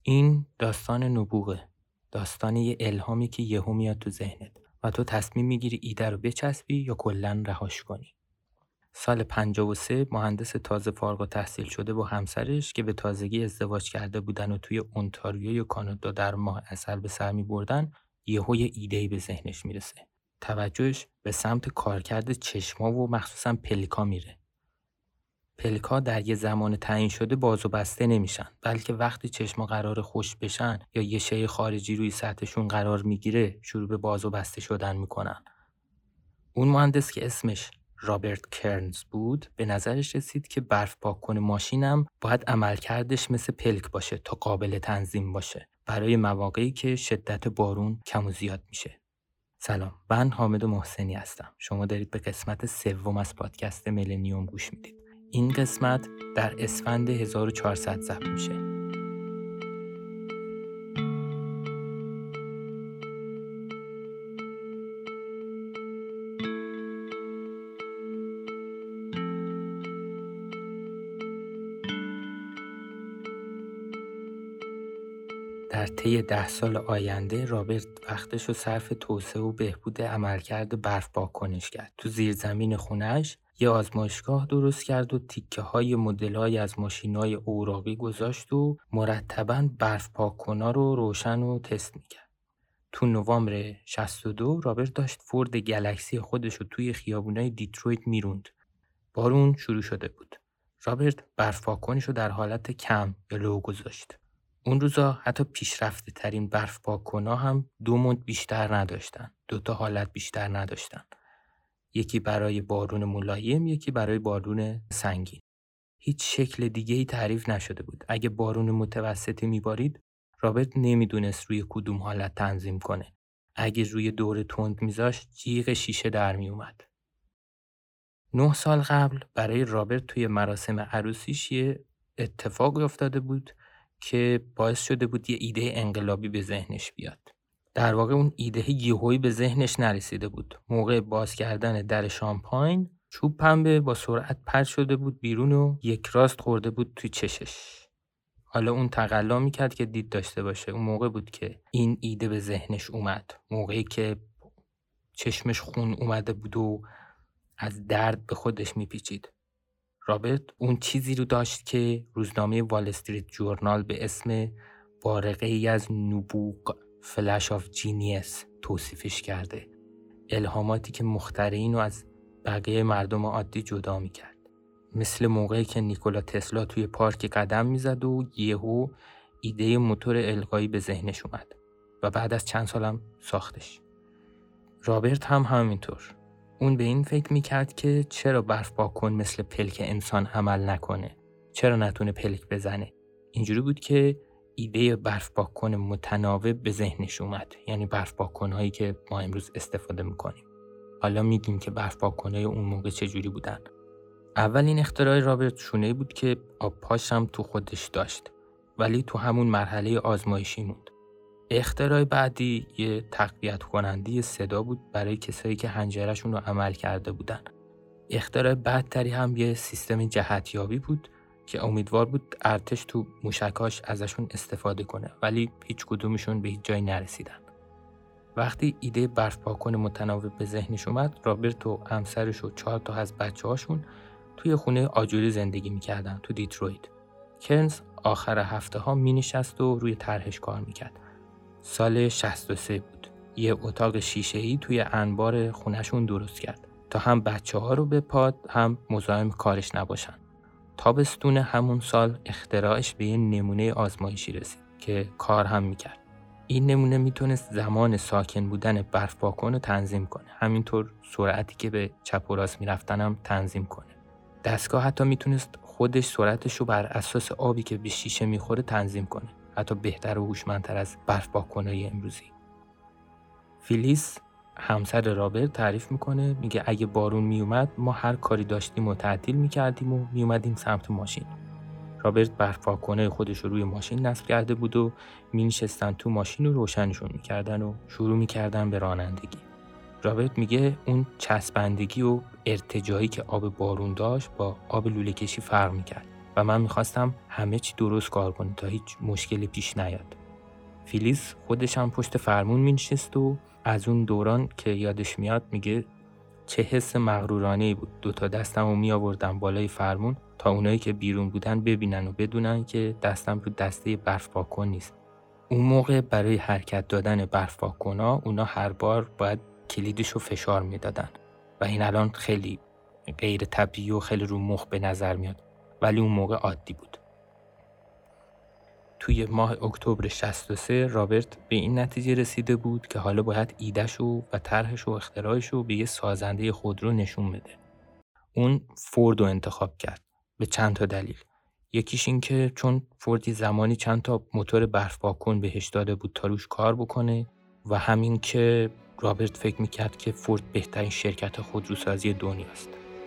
این داستان نبوغه. داستان یه الهامی که یهو میاد تو ذهنت و تو تصمیم میگیری ایده رو بچسبی یا کلاً رهاش کنی. سال 53 مهندس تازه فارغ التحصیل شده با همسرش که به تازگی ازدواج کرده بودن و توی اونتاریوی کانادا در ماه عسل به سر می‌بردن، یهو یه ایده‌ای به ذهنش میرسه. توجهش به سمت کارکرد چشما و مخصوصاً پلکا میره. پلک‌ها در یه زمان تعیین شده باز و بسته نمیشن، بلکه وقتی چشما قرار خشک بشن یا یه شی خارجی روی سطحشون قرار میگیره شروع به باز و بسته شدن میکنن. اون مهندس که اسمش رابرت کرنز بود به نظرش رسید که برف پاک‌کن ماشینم باید عملکردش مثل پلک باشه تا قابل تنظیم باشه برای مواقعی که شدت بارون کم و زیاد میشه. سلام، من حامد محسنی هستم. شما دارید به قسمت سوم از پادکست ملنیوم گوش میدید. این قسمت در اسفند 1400 ضبط میشه. در طی 10 سال آینده رابرت وقتش رو صرف توسعه و بهبود عملکرد برف پاک‌کنش کرد. تو زیرزمین خونه‌اش یه آزمایشگاه درست کرد و تیکه‌های مدل‌های از ماشین‌های اوراقی گذاشت و مرتباً برف پاک‌کن‌ها رو روشن و تست می‌کرد. تو نوامبر 62 رابرت داشت فورد گلکسی خودش رو توی خیابونای دیترویت میروند. بارون شروع شده بود. رابرت برف پاک‌کنش رو در حالت کم یا لو گذاشت. اون روزا حتی پیشرفته ترین برف پاک‌کن‌ها هم 2 مود بیشتر نداشتن. 2 تا حالت بیشتر نداشتن. یکی برای بارون ملایم، یکی برای بارون سنگین. هیچ شکل دیگه‌ای تعریف نشده بود. اگه بارون متوسطی میبارید، رابرت نمیدونست روی کدوم حالت تنظیم کنه. اگه روی دور تند میذاشت، جیغ شیشه در میومد. 9 سال قبل برای رابرت توی مراسم عروسیش یه اتفاقی افتاده بود که باعث شده بود یه ایده انقلابی به ذهنش بیاد. در واقع اون ایده یهویی به ذهنش نرسیده بود. موقع باز کردن در شامپاین چوب پنبه با سرعت پرت شده بود بیرون و یک راست خورده بود توی چشش. حالا اون تقلا میکرد که دید داشته باشه. اون موقع بود که این ایده به ذهنش اومد. موقعی که چشمش خون اومده بود و از درد به خودش میپیچید. رابرت اون چیزی رو داشت که روزنامه وال استریت جورنال به اسم بارقه ای از نبوغ، فلش آف جینیس توصیفش کرده. الهاماتی که مخترعین رو از بقیه مردم عادی جدا میکرد. مثل موقعی که نیکولا تسلا توی پارک قدم میزد و یهو ایده موتور القایی به ذهنش اومد و بعد از چند سالم ساختش. رابرت هم همینطور. اون به این فکر میکرد که چرا برف پاک‌کن مثل پلک انسان عمل نکنه؟ چرا نتونه پلک بزنه؟ اینجوری بود که ایده برف پاک‌کن متناوب به ذهنش اومد. یعنی برف پاک‌کن‌هایی که ما امروز استفاده میکنیم. حالا میگیم که برف پاک‌کن‌های اون موقع چجوری بودن. اولین اختراع رابرت شونه‌ای بود که آب پاش هم تو خودش داشت. ولی تو همون مرحله آزمایشی موند. اختراع بعدی یه تقویت کننده صدا بود برای کسایی که حنجره‌شون رو عمل کرده بودن. اختراع بعدتری هم یه سیستم جهتیابی بود که امیدوار بود ارتش تو موشکاش ازشون استفاده کنه، ولی هیچ کدومشون به هیچ جایی نرسیدن. وقتی ایده برف پاک‌کن متناوب به ذهنش اومد، رابرت و همسرش و 4 تا از بچه‌هاشون توی خونه آجوری زندگی می‌کردن تو دیترویت. کرنز آخر هفته‌ها می‌نشست و روی طرحش کار می‌کرد. سال 63 بود. یه اتاق شیشه‌ای توی انبار خونه‌شون درست کرد تا هم بچه‌ها رو بپاد هم مزاحم کارش نباشن. تابستون همون سال اختراعش به یه نمونه آزمایشی رسید که کار هم میکرد. این نمونه میتونست زمان ساکن بودن برف پاک‌کن رو تنظیم کنه. همینطور سرعتی که به چپ و راست میرفتن هم تنظیم کنه. دستگاه حتی میتونست خودش سرعتش رو بر اساس آبی که به شیشه میخوره تنظیم کنه. حتی بهتر و هوشمندتر از برف پاک‌کن‌های امروزی. فیلیس همسر رابرت تعریف میکنه، میگه اگه بارون میومد ما هر کاری داشتیم و تعطیل میکردیم و میومدیم سمت ماشین. رابرت برف پاک‌کنای خودش رو روی ماشین نصب کرده بود و مینشستن تو ماشین و روشنشون میکردن و شروع میکردن به رانندگی. رابرت میگه اون چسبندگی و ارتجاعی که آب بارون داشت با آب لوله کشی فرق میکرد. و من میخواستم همه چی درست کار کنه تا هیچ مشکلی پیش نیاد. فیلیس خودش هم پشت فرمون مینشست و از اون دوران که یادش میاد میگه چه حس مغرورانه‌ای بود. 2 دستمو می آوردم بالای فرمون تا اونایی که بیرون بودن ببینن و بدونن که دستم رو دسته برف پاکن نیست. اون موقع برای حرکت دادن برف پاکونا اونا هر بار باید کلیدشو فشار میدادن و این الان خیلی غیر طبیعی و خیلی رو مخ به نظر میاد، ولی اون موقع عادی بود. توی ماه اکتبر 63 رابرت به این نتیجه رسیده بود که حالا باید ایده‌شو و طرحشو و اختراعشو به یه سازنده خودرو نشون بده. اون فورد رو انتخاب کرد به چند تا دلیل. یکیش این که چون فوردی زمانی چند تا موتور برف پاکن بهش داده بود تا روش کار بکنه و همین که رابرت فکر میکرد که فورد بهترین شرکت خودروسازی دنیاست.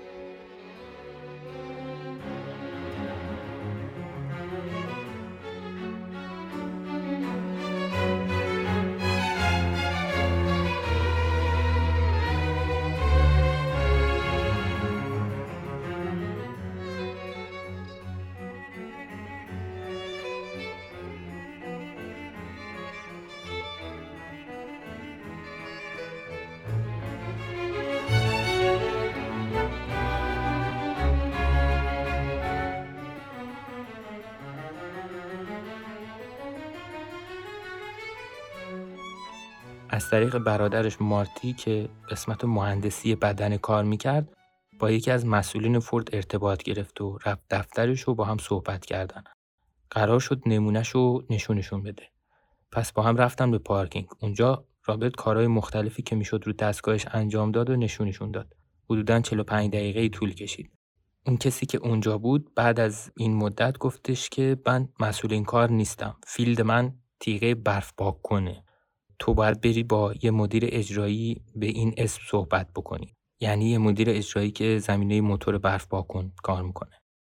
از طریق برادرش مارتی که قسمت مهندسی بدن کار میکرد با یکی از مسئولین فورد ارتباط گرفت و رفت دفترش و با هم صحبت کردن. قرار شد نمونهش رو نشونشون بده. پس با هم رفتن به پارکینگ. اونجا رابرت کارهای مختلفی که میشد رو دستگاهش انجام داد و نشونشون داد. حدوداً 45 دقیقه طول کشید. اون کسی که اونجا بود بعد از این مدت گفتش که من مسئول این کار نیستم. فیلد من تیغه برف پاک کنه. تو باید بری با یه مدیر اجرایی به این اسم صحبت بکنی. یعنی یه مدیر اجرایی که زمینه موتور برف پاکن کار میکنه.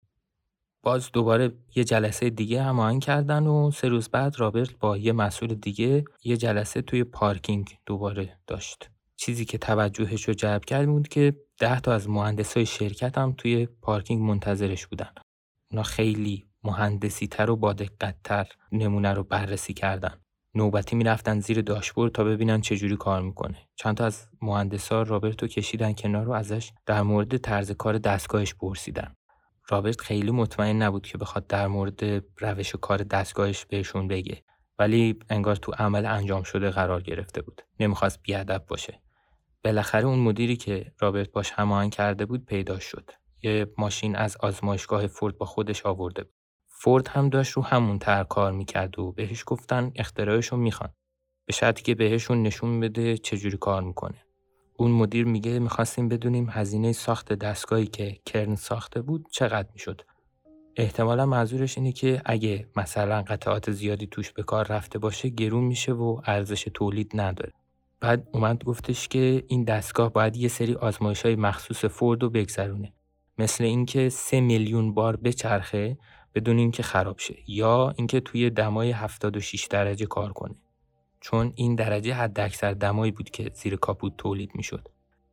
باز دوباره یه جلسه دیگه هماهنگ کردن و 3 روز بعد رابرت با یه مسئول دیگه یه جلسه توی پارکینگ دوباره داشت. چیزی که توجهش رو جلب کرد بود که 10 تا از مهندسای شرکت هم توی پارکینگ منتظرش بودن. اونا خیلی مهندسی تر و با دقت تر نمونه رو بررسی کردن. نوبتی میرفتن زیر داشبورد تا ببینن چجوری کار میکنه. چند تا از مهندسا رابرتو کشیدن کنار و ازش در مورد طرز کار دستگاهش پرسیدن. رابرت خیلی مطمئن نبود که بخواد در مورد روش کار دستگاهش بهشون بگه، ولی انگار تو عمل انجام شده قرار گرفته بود. نمیخواست بیادب باشه. بالاخره اون مدیری که رابرت باش هماهنگ کرده بود پیدا شد. یه ماشین از آزمایشگاه فورد با خودش آورده بود. فورد هم داشت رو همون طرح کار میکرد و بهش گفتن اختراعشو میخوان، به شرطی که بهشون نشون بده چجوری کار میکنه. اون مدیر میگه میخواستیم بدونیم هزینه ساخت دستگاهی که کرن ساخته بود چقدر میشد. احتمالا منظورش اینه که اگه مثلا قطعات زیادی توش به کار رفته باشه گرون میشه و ارزش تولید نداره. بعد اومد گفتش که این دستگاه باید یه سری آزمایش‌های مخصوص فورد رو بگذرونه، مثل اینکه 3 میلیون بار بچرخه بدون اینکه خراب شه، یا اینکه توی دمای 76 درجه کار کنه، چون این درجه حداکثر دمایی بود که زیر کاپوت تولید میشد.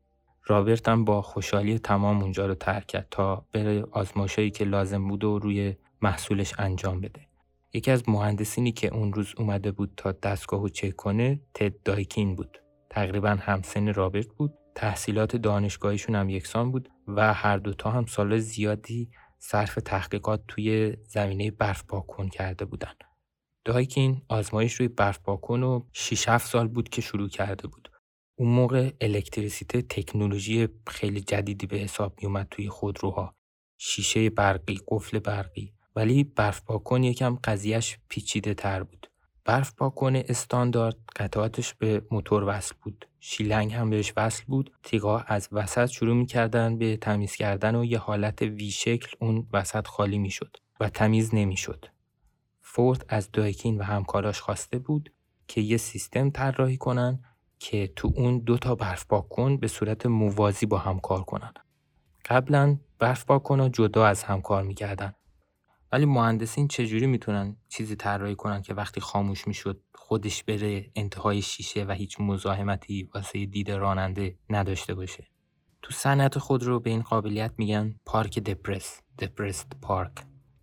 رابرت هم با خوشحالی تمام اونجا رو ترک کرد تا بره آزمایشایی که لازم بود و روی محصولش انجام بده. یکی از مهندسینی که اون روز اومده بود تا دستگاهو چک کنه تد دایکین بود. تقریبا همسن رابرت بود. تحصیلات دانشگاهیشون هم یکسان بود و هر دوتا هم سال زیادی صرف تحقیقات توی زمینه برف پاکن کرده بودن. دایکین آزمایش روی برف پاکن رو 6-7 سال بود که شروع کرده بود. اون موقع الکتریسیته تکنولوژی خیلی جدیدی به حساب می اومد توی خودروها. شیشه برقی، قفل برقی. ولی برف پاکن یکم قضیهش پیچیده تر بود. برف پاکن استاندارد قطعاتش به موتور وصل بود. شیلنگ هم بهش وصل بود. تیغا از وسط شروع می‌کردن به تمیز کردن و یه حالت وی شکل اون وسط خالی می‌شد و تمیز نمی‌شد. فورد از دایکین و همکاراش خواسته بود که یه سیستم طراحی کنن که تو اون 2 تا برف پاکن به صورت موازی با هم کار کنن. قبلا برف پاکن‌ها جدا از هم کار می‌کردن. ولی مهندسین چجوری میتونن چیزی طراحی کنن که وقتی خاموش میشد خودش بره انتهای شیشه و هیچ مزاحمتی واسه دید راننده نداشته باشه؟ تو صنعت خودرو به این قابلیت میگن پارک دپرست پارک.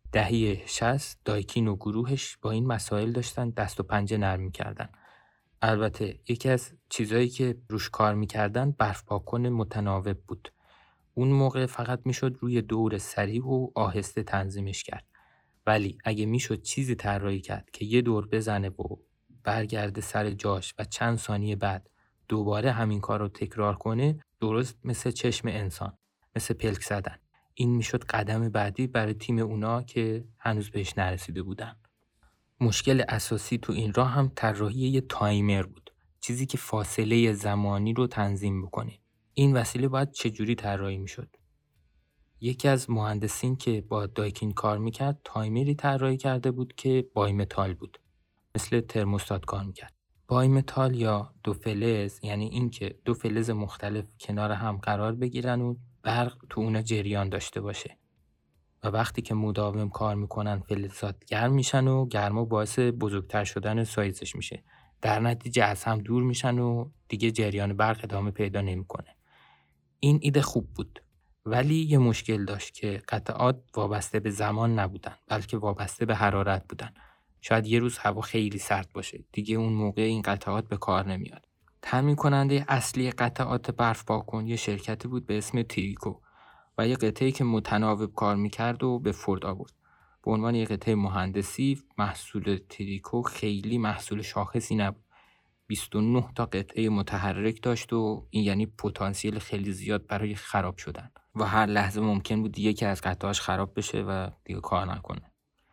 دهه 60 دایکین و گروهش با این مسائل داشتن دست و پنجه نرم می‌کردن. البته یکی از چیزایی که روش کار می‌کردن برف پاک‌کن متناوب بود. اون موقع فقط میشد روی دور سریع و آهسته تنظیمش کرد. ولی اگه میشد چیزی طراحی کرد که یه دور بزنه و برگرده سر جاش و چند ثانیه بعد دوباره همین کار رو تکرار کنه، درست مثل چشم انسان، مثل پلک زدن، این میشد قدم بعدی برای تیم اونا که هنوز بهش نرسیده بودن. مشکل اساسی تو این راه هم طراحی یه تایمر بود، چیزی که فاصله زمانی رو تنظیم بکنه. این وسیله باید چجوری طراحی میشد؟ یکی از مهندسین که با دایکین کار میکرد تایمری طراحی کرده بود که بایمتال بود، مثل ترموستات کار میکرد. بایمتال یا دو فلز یعنی این که دو فلز مختلف کنار هم قرار بگیرن و برق تو اونا جریان داشته باشه و وقتی که مداوم کار میکنن فلزات گرم میشن و گرما باعث بزرگتر شدن سایزش میشه. در نتیجه از هم دور میشن و دیگه جریان برق ادامه پیدا نمیکنه. این ایده خوب بود، ولی یه مشکل داشت که قطعات وابسته به زمان نبودن، بلکه وابسته به حرارت بودن. شاید یه روز هوا خیلی سرد باشه، دیگه اون موقع این قطعات به کار نمیاد. تامین کننده اصلی قطعات برف پاک‌کن یه شرکتی بود به اسم تریکو و یه قطعه‌ای که متناوب کار میکرد و به فورد آورد. به عنوان یه قطعه مهندسی محصول تریکو خیلی محصول شاخصی نبود. 29 تا قطعه متحرک داشت و این یعنی پتانسیل خیلی زیاد برای خراب شدن و هر لحظه ممکن بود یکی از قطعاش خراب بشه و دیگه کار نکنه.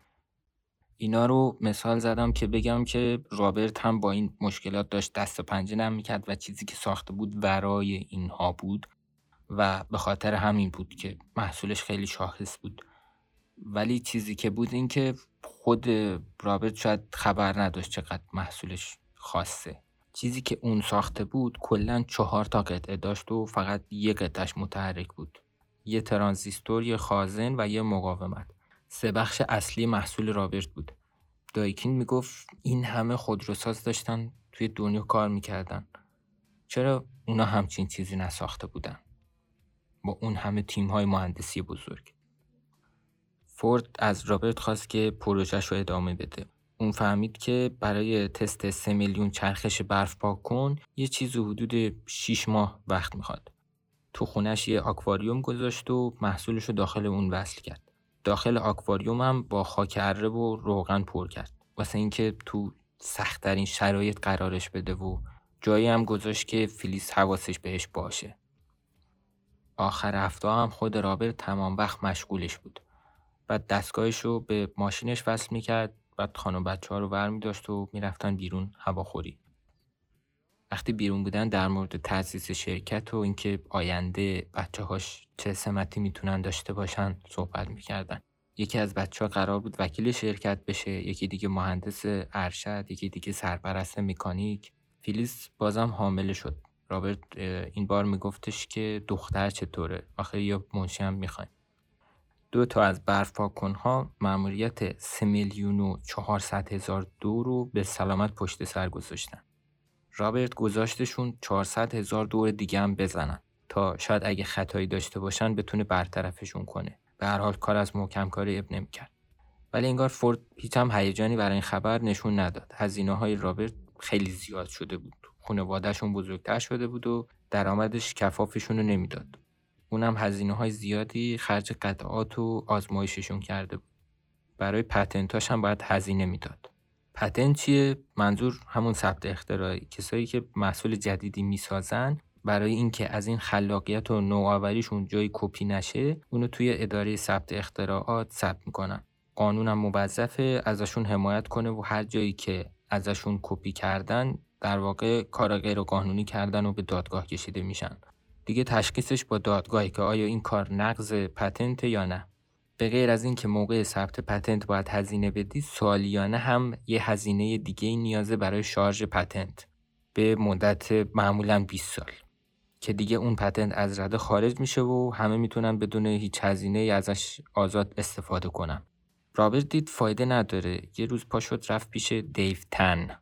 اینا رو مثال زدم که بگم که رابرت هم با این مشکلات داشت دست و پنجه نرم می‌کرد و چیزی که ساخته بود ورای اینها بود و به خاطر همین بود که محصولش خیلی شاخص بود. ولی چیزی که بود این که خود رابرت شاید خبر نداشت چقدر محصولش خاصه. چیزی که اون ساخته بود کلاً 4 تا قطعه داشت و فقط یه قطعش متحرک بود. یه ترانزیستور، یه خازن و یه مقاومت. 3 بخش اصلی محصول رابرت بود. دایکین میگفت این همه خودروساز داشتن توی دنیا کار میکردن. چرا اونا همچین چیزی نساخته بودن؟ با اون همه تیم‌های مهندسی بزرگ. فورد از رابرت خواست که پروژه‌ش رو ادامه بده. اون فهمید که برای تست 3 میلیون چرخش برف پاک‌کن یه چیز حدود 6 ماه وقت میخواد. تو خونش یه آکواریوم گذاشت و محصولش رو داخل اون وصل کرد. داخل آکواریوم هم با خاک اره و روغن پر کرد واسه اینکه تو سخت‌ترین شرایط قرارش بده و جایی هم گذاشت که فیلیس حواسش بهش باشه. آخر هفته هم خود رابرت تمام وقت مشغولش بود. بعد دستگاهش رو به ماشینش وصل میکرد، بعد خانم بچه ها رو برمی داشت و میرفتن بیرون هواخوری. وقتی بیرون بودن در مورد تأسیس شرکت و اینکه آینده بچه هاش چه سمتی میتونن داشته باشن صحبت میکردن. یکی از بچه ها قرار بود وکیل شرکت بشه، یکی دیگه مهندس ارشد، یکی دیگه سرپرست مکانیک. فیلیس بازم حامله شد. رابرت این بار میگفتش که دختر چطوره؟ آخه یا منشی هم میخوایم. 2 تا از برف پاک‌کن‌ها مأموریت 3,400,000 دور رو به سلامت پشت سر گذاشتن. رابرت گذاشتشون 400,000 دور دیگه هم بزنن تا شاید اگه خطایی داشته باشن بتونه برطرفشون کنه. به هر حال کار از محکم کاری اب نمی‌کرد. ولی انگار فورد هیچ هم هیجانی برای این خبر نشون نداد. هزینه‌های رابرت خیلی زیاد شده بود. خانواده‌شون بزرگتر شده بود و درآمدش کفافشون رو نمیداد. اونم هزینه‌های زیادی خرج قطعات و آزمایششون کرده بود. برای پتنتاش هم باید هزینه میداد. پتنت چیه؟ منظور همون ثبت اختراعی. کسایی که محصول جدیدی میسازن برای اینکه از این خلاقیت و نوآوریشون جای کپی نشه، اونو توی اداره ثبت اختراعات ثبت میکنن. قانونم موظفه ازشون حمایت کنه و هر جایی که ازشون کپی کردن در واقع کار غیر قانونی کردن و به دادگاه کشیده میشن. دیگه تشخیصش با دادگاهی که آیا این کار نقض پتنت یا نه. به غیر از این که موقع ثبت پتنت باید هزینه بدی، سالیانه هم یه هزینه دیگه نیازه برای شارژ پتنت به مدت معمولاً 20 سال که دیگه اون پتنت از رده خارج میشه و همه میتونن بدون هیچ هزینه ازش آزاد استفاده کنن. رابرت دید فایده نداره. یه روز پا شد رفت پیش دیو تن.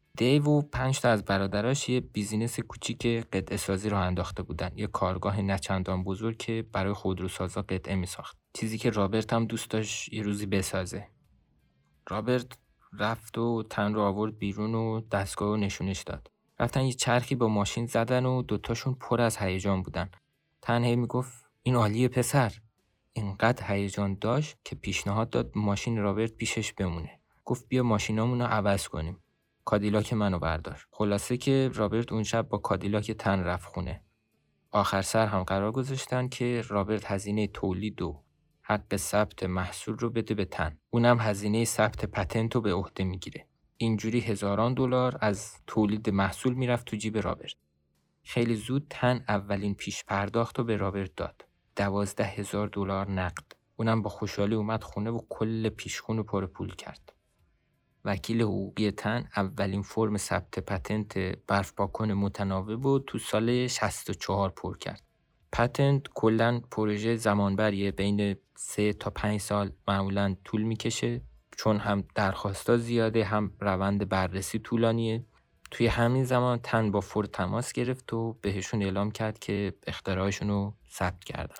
دیو و 5 تا از برادراش یه بیزینس کوچیک قطعه سازی راه انداخته بودن. یه کارگاه نچندان بزرگ که برای خودروسازا قطعه میساخت. چیزی که رابرت هم دوست داشت یه روزی بسازه. رابرت رفت و تن رو آورد بیرون و دستگاه رو نشونش داد. رفتن یه چرخی با ماشین زدن و دوتاشون پر از هیجان بودن. تن هی میگفت این عالیه پسر. اینقدر هیجان داشت که پیشنهاد داد ماشین رابرت پیشش بمونه. گفت بیا ماشینامونو عوض کنیم. کادیلاک منو بردار. خلاصه که رابرت اون شب با کادیلاک تن رفت خونه. آخر سر هم قرار گذاشتن که رابرت هزینه تولید و حق ثبت محصول رو بده به تن. اونم هزینه ثبت پتنت رو به عهده میگیره. اینجوری هزاران دلار از تولید محصول میرفت تو جیب رابرت. خیلی زود تن اولین پیش پرداخت رو به رابرت داد. 12,000 دلار نقد. اونم با خوشحالی اومد خونه و کل پیشخون رو پر پول کرد. وکیل حقوقی تن اولین فرم ثبت پتنت برف پاکن متناوب رو تو سال 64 پر کرد. پتنت کلاً پروژه زمانبریه، بین 3 تا 5 سال معمولاً طول میکشه، چون هم درخواستا زیاده هم روند بررسی طولانیه. توی همین زمان تن با فورد تماس گرفت و بهشون اعلام کرد که اختراعشون رو ثبت کردن.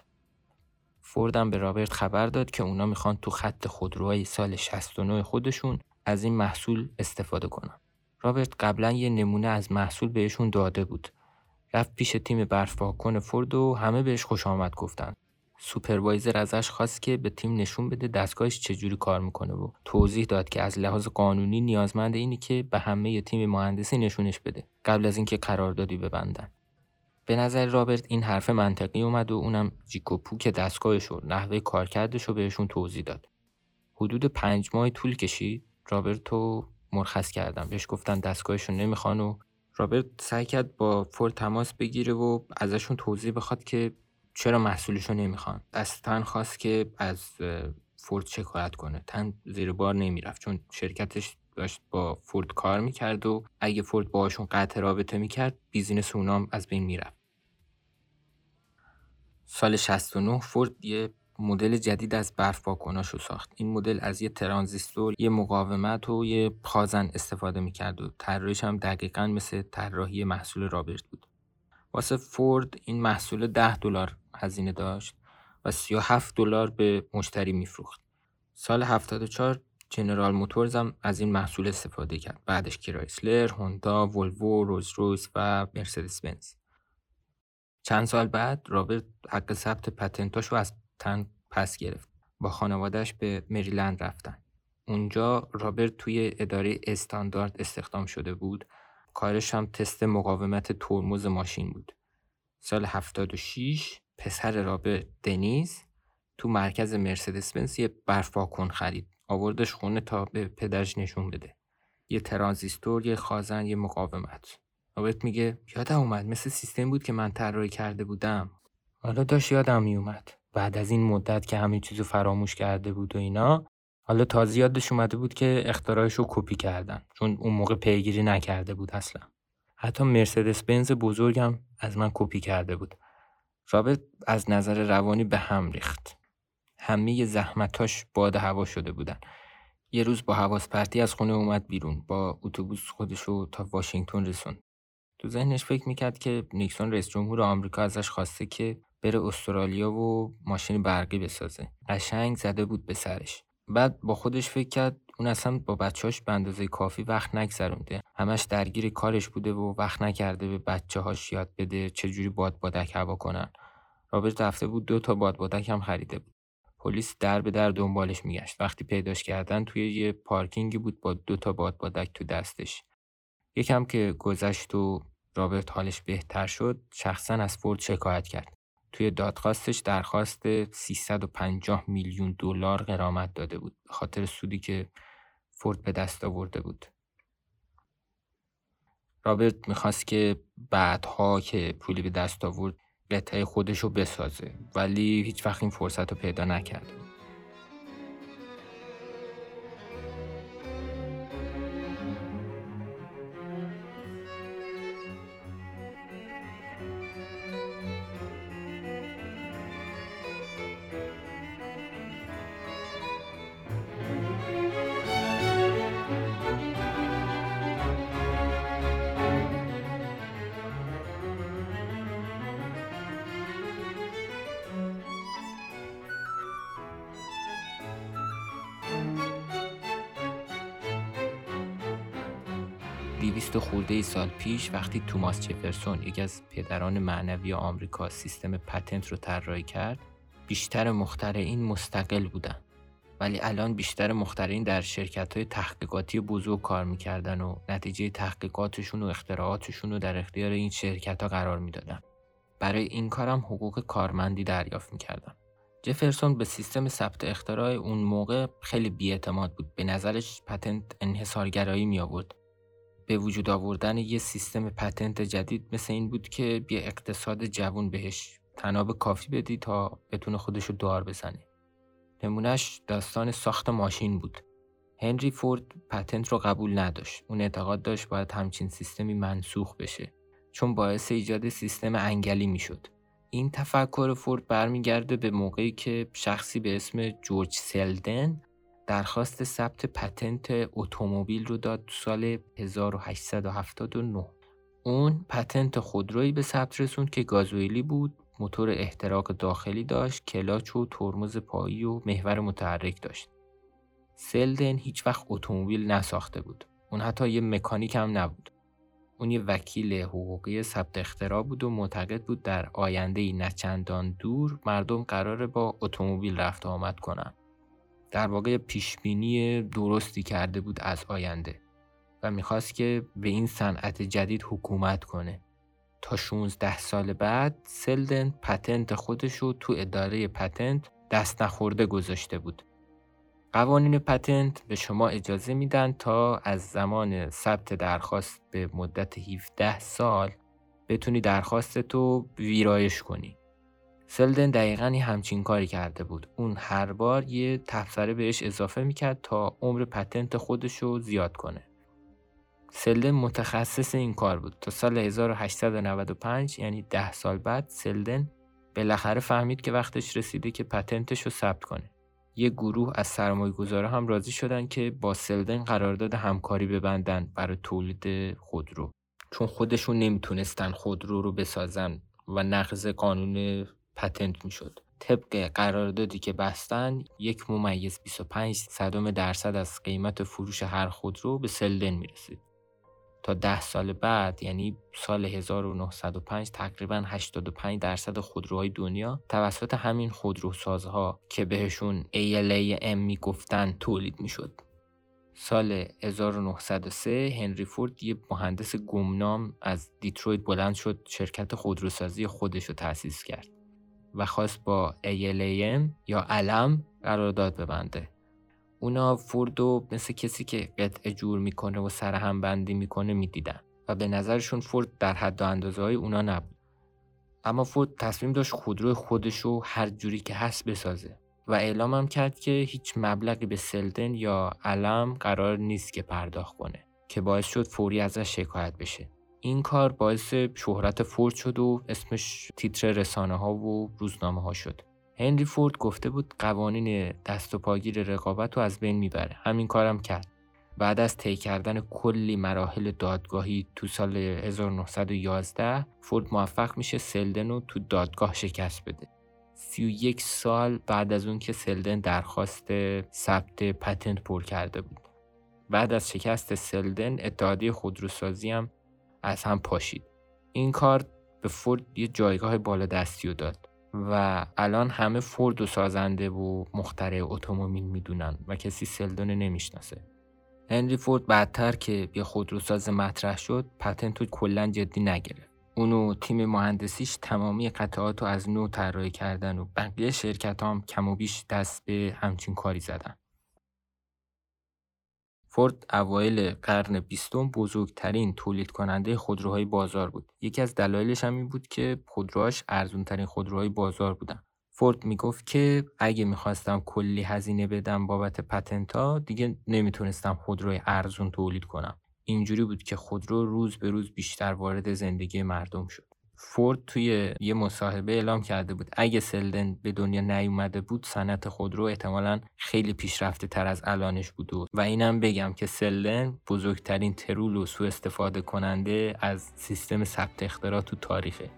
فورد هم به رابرت خبر داد که اونا میخوان تو خط خودروهای سال 69 خودشون از این محصول استفاده کنن. رابرت قبلا یه نمونه از محصول بهشون داده بود. رفت پیش تیم برف پاکن فورد و همه بهش خوش آمد گفتن. سوپروایزر ازش خواست که به تیم نشون بده دستگاهش چجوری کار میکنه و توضیح داد که از لحاظ قانونی نیازمند اینی که به همه تیم مهندسی نشونش بده قبل از اینکه قراردادی ببندن. به نظر رابرت این حرف منطقی اومد و اونم جیکوپو که دستگاهش و نحوه کارکردش رو بهشون توضیح داد. حدود 5 ماه طول کشید. رابرتو مرخص کردن. بهش گفتن دستگاهشو نمیخوان و رابرت سعی کرد با فورد تماس بگیره و ازشون توضیح بخواد که چرا محصولشو نمیخوان. از تن خواست که از فورد شکایت کنه. تن زیر بار نمیرفت چون شرکتش داشت با فورد کار میکرد و اگه فورد باهاشون قطع رابطه میکرد بیزینس اونام از بین میرفت. سال 69 فورد یه مدل جدید از برف پاکناشو ساخت. این مدل از یه ترانزیستور، یه مقاومت و یه خازن استفاده میکرد و طراحیش هم دقیقاً مثل طراحی محصول رابرت بود. واسه فورد این محصول 10 دلار هزینه داشت و 37 دلار به مشتری میفروخت. سال 74 جنرال موتورز هم از این محصول استفاده کرد. بعدش کرایسلر، هوندا، ولوو، رولز رویس و مرسدس بنز. چند سال بعد رابرت حق ثبت پتنتاشو از تن پس گرفت. با خانواده‌اش به مریلند رفتن. اونجا رابرت توی اداره استاندارد استخدام شده بود. کارش هم تست مقاومت ترمز ماشین بود. سال 76 پسر رابرت دنیز تو مرکز مرسدس بنز یه برف پاکن خرید. آوردش خونه تا به پدرش نشون بده. یه ترانزیستور، یه خازن، یه مقاومت. رابرت میگه یادم اومد مثل سیستم بود که من طراحی کرده بودم. حالا داشت یادم میومد. بعد از این مدت که همه چیزو فراموش کرده بود و اینا، حالا تازه یادش اومده بود که اختراعشو کپی کردن، چون اون موقع پیگیری نکرده بود اصلا. حتی مرسدس بنز بزرگم از من کپی کرده بود. رابرت از نظر روانی به هم ریخت. همه زحمتاش باد هوا شده بودن. یه روز با حواس پرتی از خونه اومد بیرون. با اتوبوس خودشو تا واشنگتن رسوند. تو ذهنش فکر میکرد که نیکسون رئیس جمهور آمریکا ازش خواسته که بره استرالیا و ماشین برقی بسازه. قشنگ زده بود به سرش. بعد با خودش فکر کرد اون اصلا با بچه‌هاش به اندازه کافی وقت نگذرونده. همش درگیر کارش بوده و وقت نکرده به بچه‌هاش یاد بده چجوری بادبادک هوا کنن. رابرت رفته بود 2 تا بادبادک هم خریده بود. پلیس در به در دنبالش میگشت. وقتی پیداش کردن توی یه پارکینگی بود با 2 تا بادبادک تو دستش. یکم که گذشت و رابرت حالش بهتر شد، شخصا از فورد شکایت کرد. توی دادخواستش درخواست 350 میلیون دلار غرامت داده بود به خاطر سودی که فورد به دست آورده بود. رابرت میخواست که بعدها که پولی به دست آورد قطعه خودشو بسازه، ولی هیچ وقت این فرصت رو پیدا نکرد. 200 خورده سال پیش وقتی توماس جفرسون، یکی از پدران معنوی آمریکا، سیستم پتنت رو طراحی کرد، بیشتر مخترعین مستقل بودن. ولی الان بیشتر مخترعین در شرکت‌های تحقیقاتی بزرگ کار می‌کردن و نتیجه تحقیقاتشون و اختراعاتشون رو در اختیار این شرکت‌ها قرار می‌دادن. برای این کارم حقوق کارمندی دریافت می‌کردن. جفرسون به سیستم ثبت اختراع اون موقع خیلی بی‌اعتماد بود. به نظرش پتنت انحصارگرایی می‌آورد. به وجود آوردن یه سیستم پتنت جدید مثل این بود که یه اقتصاد جوون بهش تناب کافی بدی تا بتونه خودشو دار بزنه. نمونهش داستان ساخت ماشین بود. هنری فورد پتنت رو قبول نداشت. اون اعتقاد داشت باید همچین سیستمی منسوخ بشه، چون باعث ایجاد سیستم انگلی میشد. این تفکر فورد برمیگرده به موقعی که شخصی به اسم جورج سلدن درخواست ثبت پتنت اتومبیل رو داد تو سال 1879. اون پتنت خودرویی به ثبت رسوند که گازوئیلی بود، موتور احتراق داخلی داشت، کلاچ و ترمز پایی و محور متحرک داشت. سلدن هیچ وقت اتومبیل نساخته بود. اون حتی یه مکانیک هم نبود. اون یه وکیل حقوقی ثبت اختراع بود و معتقد بود در آینده‌ای نچندان دور مردم قراره با اتومبیل رفت و آمد کنن. در واقع پیشبینی درستی کرده بود از آینده و میخواست که به این صنعت جدید حکومت کنه. تا 16 سال بعد سلدن پتنت خودشو تو اداره پتنت دست نخورده گذاشته بود. قوانین پتنت به شما اجازه میدن تا از زمان ثبت درخواست به مدت 17 سال بتونی درخواستتو ویرایش کنی. سلدن دقیقاً همچین کاری کرده بود. اون هر بار یه تبصره بهش اضافه میکرد تا عمر پتنت خودشو زیاد کنه. سلدن متخصص این کار بود. تا سال 1895 یعنی 10 سال بعد سلدن بالاخره فهمید که وقتش رسیده که پتنتشو ثبت کنه. یه گروه از سرمایه‌گذارا هم راضی شدن که با سلدن قرارداد همکاری ببندن برای تولید خودرو، چون خودشون نمیتونستن خودرو رو بسازن و نقض قانون پتنت میشد. طبق قراردادی که بستن 1.25% از قیمت فروش هر خودرو به سلدن میرسید. تا 10 سال بعد یعنی سال 1905 تقریباً 85% خودروهای دنیا توسط همین خودروسازها که بهشون ALAM میگفتن تولید میشد. سال 1903 هنری فورد یه مهندس گمنام از دیترویت بلند شد شرکت خودروسازی خودش رو تأسیس کرد و خواست با ALAM یا علم قرارداد ببنده. اونا فوردو مثل کسی که قطعه جور میکنه و سرهم بندی میکنه میدیدن و به نظرشون فورد در حد و اندازه های اونا نبود. اما فورد تصمیم داشت خودرو خودشو هر جوری که هست بسازه و اعلام هم کرد که هیچ مبلغی به سلدن یا علم قرار نیست که پرداخت کنه، که باعث شد فوری ازش شکایت بشه. این کار باعث شهرت فورد شد و اسمش تیتر رسانه ها و روزنامه ها شد. هنری فورد گفته بود قوانین دست و پاگیر رقابت رو از بین میبره. همین کارم کرد. بعد از طی کردن کلی مراحل دادگاهی تو سال 1911 فورد موفق میشه سلدن رو تو دادگاه شکست بده. 31 سال بعد از اون که سلدن درخواست ثبت پتنت پر کرده بود. بعد از شکست سلدن اتحادیه خودروسازی هم از هم پاشید. این کار به فورد یه جایگاه بالادستی رو داد و الان همه فورد و سازنده و مخترع اتومبیل میدونن و کسی سلدن نمیشناسه. هنری فورد بعدتر که یه خودروساز مطرح شد پتنت رو کلاً جدی نگرفت. اونو تیم مهندسیش تمامی قطعات رو از نو طراحی کردن و بقیه شرکت هم کم و بیش دست به همچین کاری زدن. فورد اوایل قرن 20 بزرگترین تولید کننده خودروهای بازار بود. یکی از دلایلش هم این بود که خودروهاش ارزان‌ترین خودروهای بازار بودن. فورد میگفت که اگه میخواستم کلی هزینه بدم بابت پتنتا دیگه نمیتونستم خودروی ارزون تولید کنم. اینجوری بود که خودرو روز به روز بیشتر وارد زندگی مردم شد. فورد توی یه مصاحبه اعلام کرده بود اگه سلدن به دنیا نیومده بود صنعت خودرو احتمالاً خیلی پیشرفته تر از الانش بود. و اینم بگم که سلدن بزرگترین ترول و سوء استفاده کننده از سیستم ثبت اختراع تو تاریخه.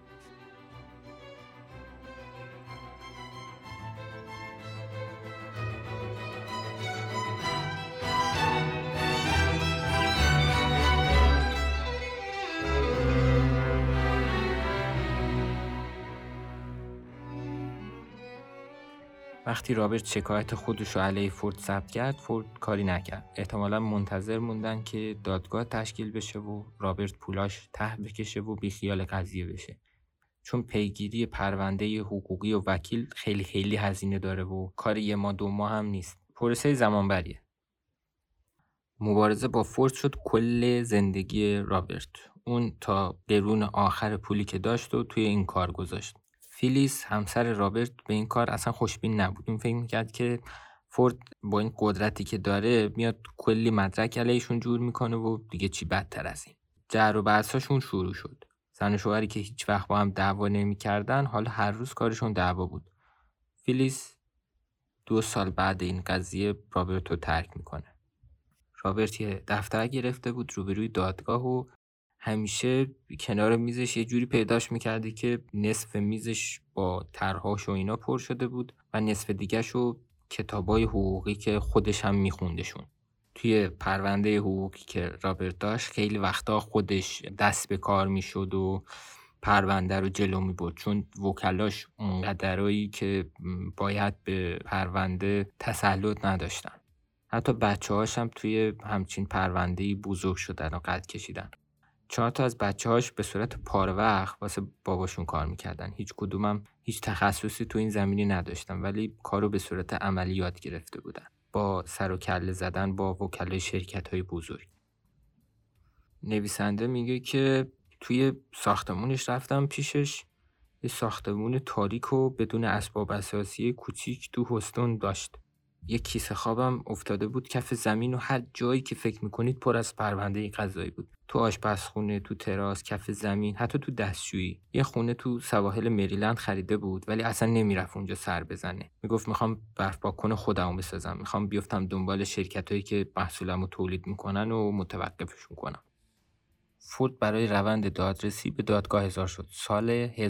وقتی رابرت شکایت خودش رو علیه فورد ثبت کرد، فورد کاری نکرد. احتمالاً منتظر موندن که دادگاه تشکیل بشه و رابرت پولاش ته بکشه و بیخیال قضیه بشه. چون پیگیری پرونده حقوقی و وکیل خیلی هزینه داره و کار 1 ماه 2 ماه هم نیست. پروسه زمان بریه. مبارزه با فورد شد کل زندگی رابرت. اون تا درون آخر پولی که داشت و توی این کار گذاشت. فیلیس همسر رابرت به این کار اصلا خوشبین نبود. اون فکر میکرد که فورد با این قدرتی که داره میاد کلی مدرک علیشون جور میکنه و دیگه چی بدتر از این. جر و بحثاشون شروع شد. زن و شوهری که هیچ وقت با هم دعوا نمیکردن حالا هر روز کارشون دعوا بود. فیلیس 2 سال بعد این قضیه رابرت رو ترک میکنه. رابرت یه دفتر گرفته بود روبروی دادگاه و همیشه کنار میزش یه جوری پیداش میکردی که نصف میزش با طرح‌هاش و اینا پر شده بود و نصف دیگه‌شو کتابای حقوقی که خودش هم میخوندشون. توی پرونده حقوقی که رابرت داشت خیلی وقتا خودش دست به کار میشد و پرونده رو جلو میبرد، چون وکلاش اونقدرایی که باید به پرونده تسلط نداشتن. حتی بچه‌هاش هم توی همچین پرونده‌ای بزرگ شدن و قد کشیدن. 4 تا از بچه‌هاش به صورت پاره وقت واسه باباشون کار میکردن. هیچ کدومم هیچ تخصصی تو این زمینی نداشتن، ولی کارو به صورت عملی یاد گرفته بودن. با سر و کله زدن با وکلای شرکت‌های بزرگ. نویسنده میگه که توی ساختمونش رفتم پیشش، یه ساختمون تاریک و بدون اسباب اساسی کوچیک تو هوستون داشت. یه کیسه خوابم افتاده بود کف زمین و هر جایی که فکر میکنید پر از پرونده غذایی بود. تو آشپزخونه، تو تراس، کف زمین، حتی تو دستشویی. یه خونه تو سواحل مریلند خریده بود ولی اصلا نمیرفت اونجا سر بزنه. میگفت میخوام برف پاک‌کن خودمو بسازم، میخوام بیفتم دنبال شرکتایی که محصولمو تولید میکنن و متوقفشون کنم. فورد برای روند دادرسی به دادگاه احضار شد. سال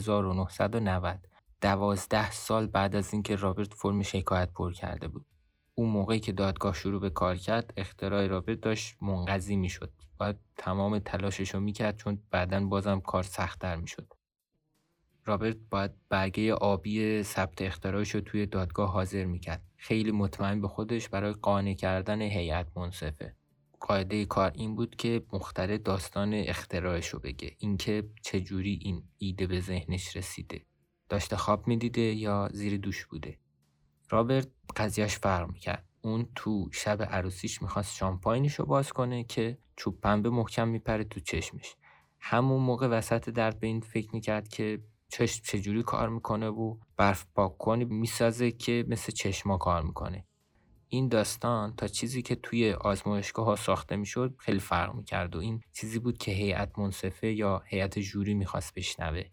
1990، 12 سال بعد از اینکه رابرت فرم شکایت پر کرده بود. اون موقعی که دادگاه شروع به کار کرد، اختراع رابرت داشت منقضی میشد. باید تمام تلاششو میکرد چون بعداً بازم کار سخت‌تر میشد. رابرت باید برگه آبی ثبت اختراعشو توی دادگاه حاضر میکرد. خیلی مطمئن به خودش برای قانع کردن هیئت منصفه. قاعده کار این بود که مخترع داستان اختراعشو بگه، اینکه چجوری این ایده به ذهنش رسیده، داشته خواب میدیده یا زیر دوش بوده. رابرت قضیهش فرق میکرد. اون تو شب عروسیش میخواست شامپاینشو باز کنه که چوب پنبه محکم میپره تو چشمش. همون موقع وسط درد به این فکر میکرد که چشم چجوری کار میکنه و برف پاک کنی میسازه که مثل چشما کار میکنه. این داستان تا چیزی که توی آزمایشگاه ها ساخته میشد خیلی فرق میکرد و این چیزی بود که هیئت منصفه یا هیئت ژوری میخواست بشنوه.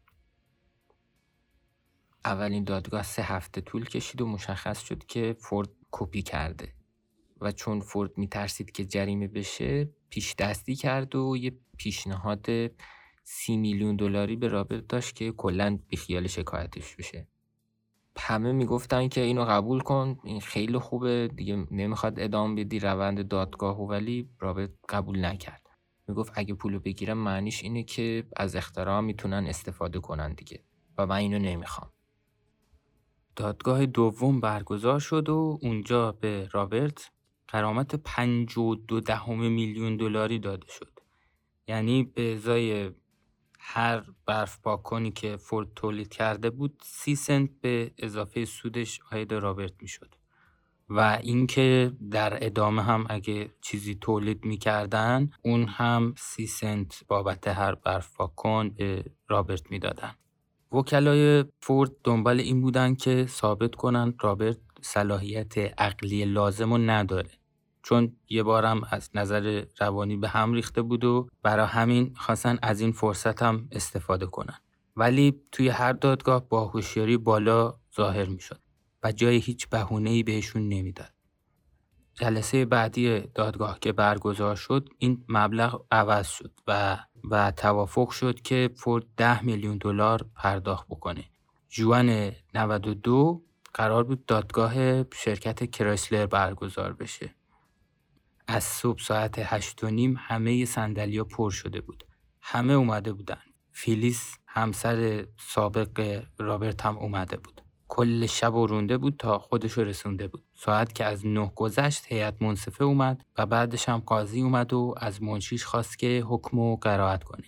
اولین دادگاه 3 هفته طول کشید و مشخص شد که فورد کپی کرده و چون فورد میترسید که جریمه بشه پیش دستی کرد و یه پیشنهاد 30 میلیون دلاری به رابرت داشت که کلاً بیخیال شکایتش بشه. همه میگفتن که اینو قبول کن، این خیلی خوبه دیگه، نمیخواد ادامه بدی روند دادگاهو، ولی رابرت قبول نکرد. میگفت اگه پولو بگیرم معنیش اینه که از اختراع میتونن استفاده کنن دیگه و من اینو نمیخوام. دادگاه دوم برگزار شد و اونجا به رابرت غرامت 52 میلیون دلاری داده شد. یعنی به ازای هر برف پاک‌کنی که فورد تولید کرده بود 30 سنت به اضافه سودش عاید رابرت میشد. و اینکه در ادامه هم اگه چیزی تولید میکردن اون هم 30 سنت بابت هر برف پاک‌کن به رابرت میدادن. وکلای فورد دنبال این بودن که ثابت کنن رابرت صلاحیت عقلی لازمو نداره، چون یه بارم از نظر روانی به هم ریخته بود و برای همین خواستن از این فرصت هم استفاده کنن. ولی توی هر دادگاه با هوشیاری بالا ظاهر میشد و جای هیچ بهونه‌ای بهشون نمیداد. جلسه بعدی دادگاه که برگزار شد این مبلغ عوض شد و توافق شد که فورد 10 میلیون دلار پرداخت بکنه. ژوئن 92 قرار بود دادگاه شرکت کرایسلر برگزار بشه. از صبح ساعت 8:30 همه صندلی‌ها پر شده بود. همه اومده بودن. فیلیس همسر سابق رابرت هم اومده بود. کل شب و رونده بود تا خودشو رسونده بود. ساعت که از 9 گذشت هیئت منصفه اومد و بعدش هم قاضی اومد و از منشیش خواست که حکمو قرائت کنه.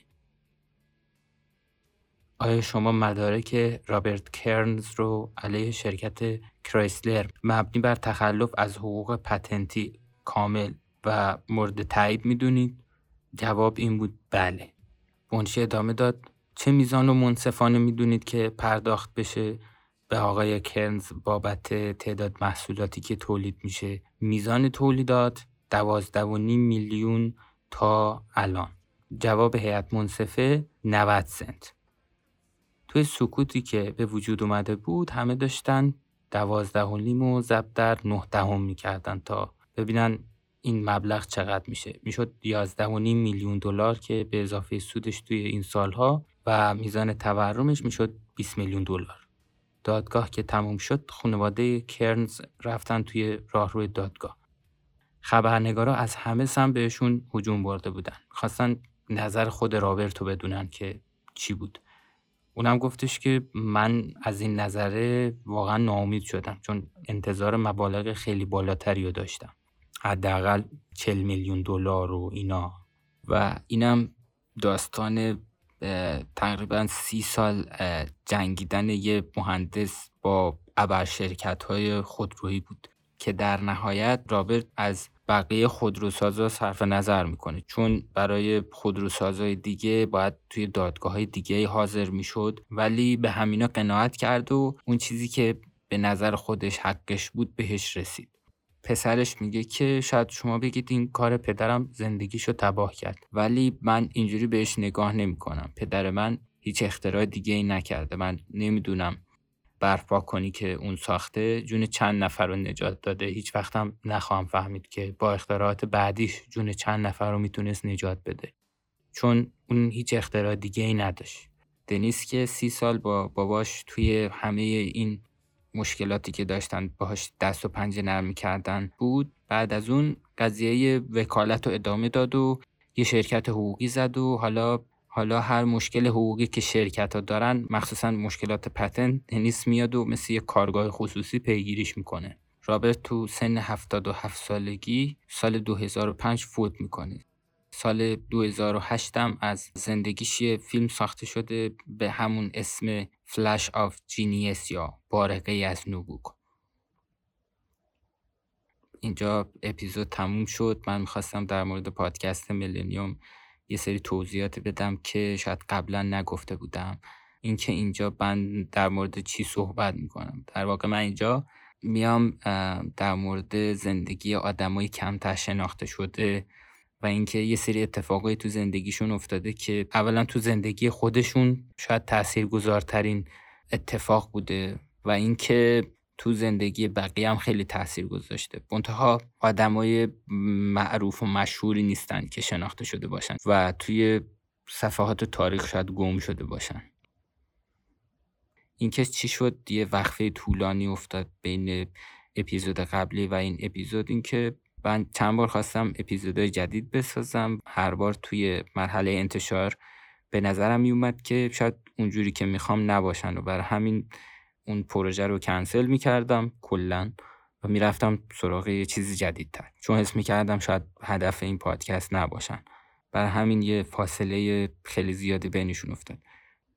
آیا شما مدارک رابرت کرنز رو علیه شرکت کرایسلر مبنی بر تخلف از حقوق پتنتی کامل و مورد تایید میدونید؟ جواب این بود بله. منشی ادامه داد چه میزان رو منصفانه میدونید که پرداخت بشه به آقای کرنز بابت تعداد محصولاتی که تولید میشه؟ میزان تولیدات 12.5 میلیون تا الان. جواب هیئت منصفه 90 سنت. توی سکوتی که به وجود اومده بود همه داشتن 12.5 و ضرب در 9 میکردن تا ببینن این مبلغ چقدر میشه. میشد 11.5 میلیون دلار که به اضافه سودش توی این سالها و میزان تورمش میشد 20 میلیون دلار. دادگاه که تموم شد خانواده کرنز رفتن توی راهروی دادگاه. خبرنگارا از همه سمت بهشون هجوم برده بودن. خواستن نظر خود رابرتو بدونن که چی بود. اونم گفتش که من از این نظره واقعا ناامید شدم چون انتظار مبالغ خیلی بالاتری رو داشتم. حداقل 40 میلیون دلار و اینا. و اینم داستان تقریبا 30 سال جنگیدن یه مهندس با ابرشرکت‌های خودرویی بود که در نهایت رابرت از بقیه خودروسازا صرف نظر میکنه چون برای خودروسازای دیگه باید توی دادگاه‌های دیگه حاضر میشد، ولی به همینا قناعت کرد و اون چیزی که به نظر خودش حقش بود بهش رسید. پسرش میگه که شاید شما بگید این کار پدرم زندگیشو تباه کرد، ولی من اینجوری بهش نگاه نمی کنم. پدر من هیچ اختراع دیگه ای نکرده. من نمیدونم برپا کنی که اون ساخته جون چند نفر رو نجات داده. هیچ وقتم نخواهم فهمید که با اختراعات بعدیش جون چند نفر رو میتونست نجات بده، چون اون هیچ اختراع دیگه ای نداشت. دنیس که 30 سال با باباش توی همه این مشکلاتی که داشتن باهاش دست و پنجه نرم می‌کردن بود، بعد از اون قضیه وکالت رو ادامه داد و یه شرکت حقوقی زد و حالا هر مشکل حقوقی که شرکت‌ها دارن، مخصوصا مشکلات پتنت، دنیس میاد و مثل یه کارگاه خصوصی پیگیریش میکنه. رابرت تو سن 77 سالگی سال 2005 فوت میکنه. سال 2008 هم از زندگیش یه فیلم ساخته شده به همون اسم فلش آف جینیس یا بارقه از نبوغ. اینجا اپیزود تموم شد. من میخواستم در مورد پادکست میلنیوم یه سری توضیحات بدم که شاید قبلا نگفته بودم. اینکه اینجا من در مورد چی صحبت میکنم. در واقع من اینجا میام در مورد زندگی آدمای کمتر شناخته شده و اینکه یه سری اتفاقایی تو زندگیشون افتاده که اولا تو زندگی خودشون شاید تاثیرگذارترین اتفاق بوده و اینکه تو زندگی بقیه هم خیلی تاثیر گذاشته. منتها آدمای معروف و مشهوری نیستن که شناخته شده باشن و توی صفحات تاریخ شاید گم شده باشن. اینکه چی شد یه وقفه طولانی افتاد بین اپیزود قبلی و این اپیزود، اینکه من چند بار خواستم اپیزودهای جدید بسازم، هر بار توی مرحله انتشار به نظرم میومد که شاید اونجوری که میخوام نباشن و برای همین اون پروژه رو کنسل میکردم کلن و میرفتم سراغ یه چیز جدیدتر، چون حس میکردم شاید هدف این پادکست نباشن. برای همین یه فاصله خیلی زیادی بینشون افتاد.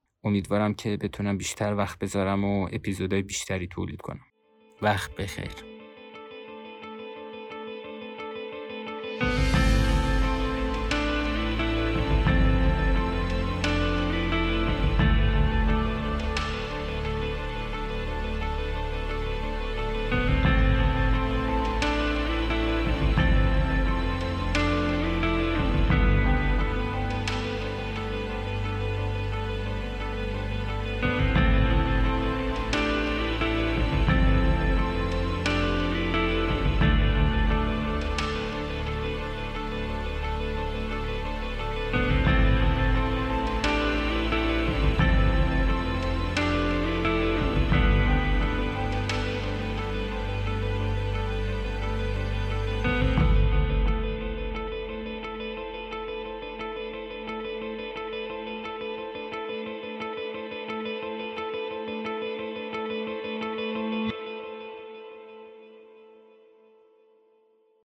امیدوارم که بتونم بیشتر وقت بذارم و اپیزودهای بیشتری تولید کنم. وقت بخیر.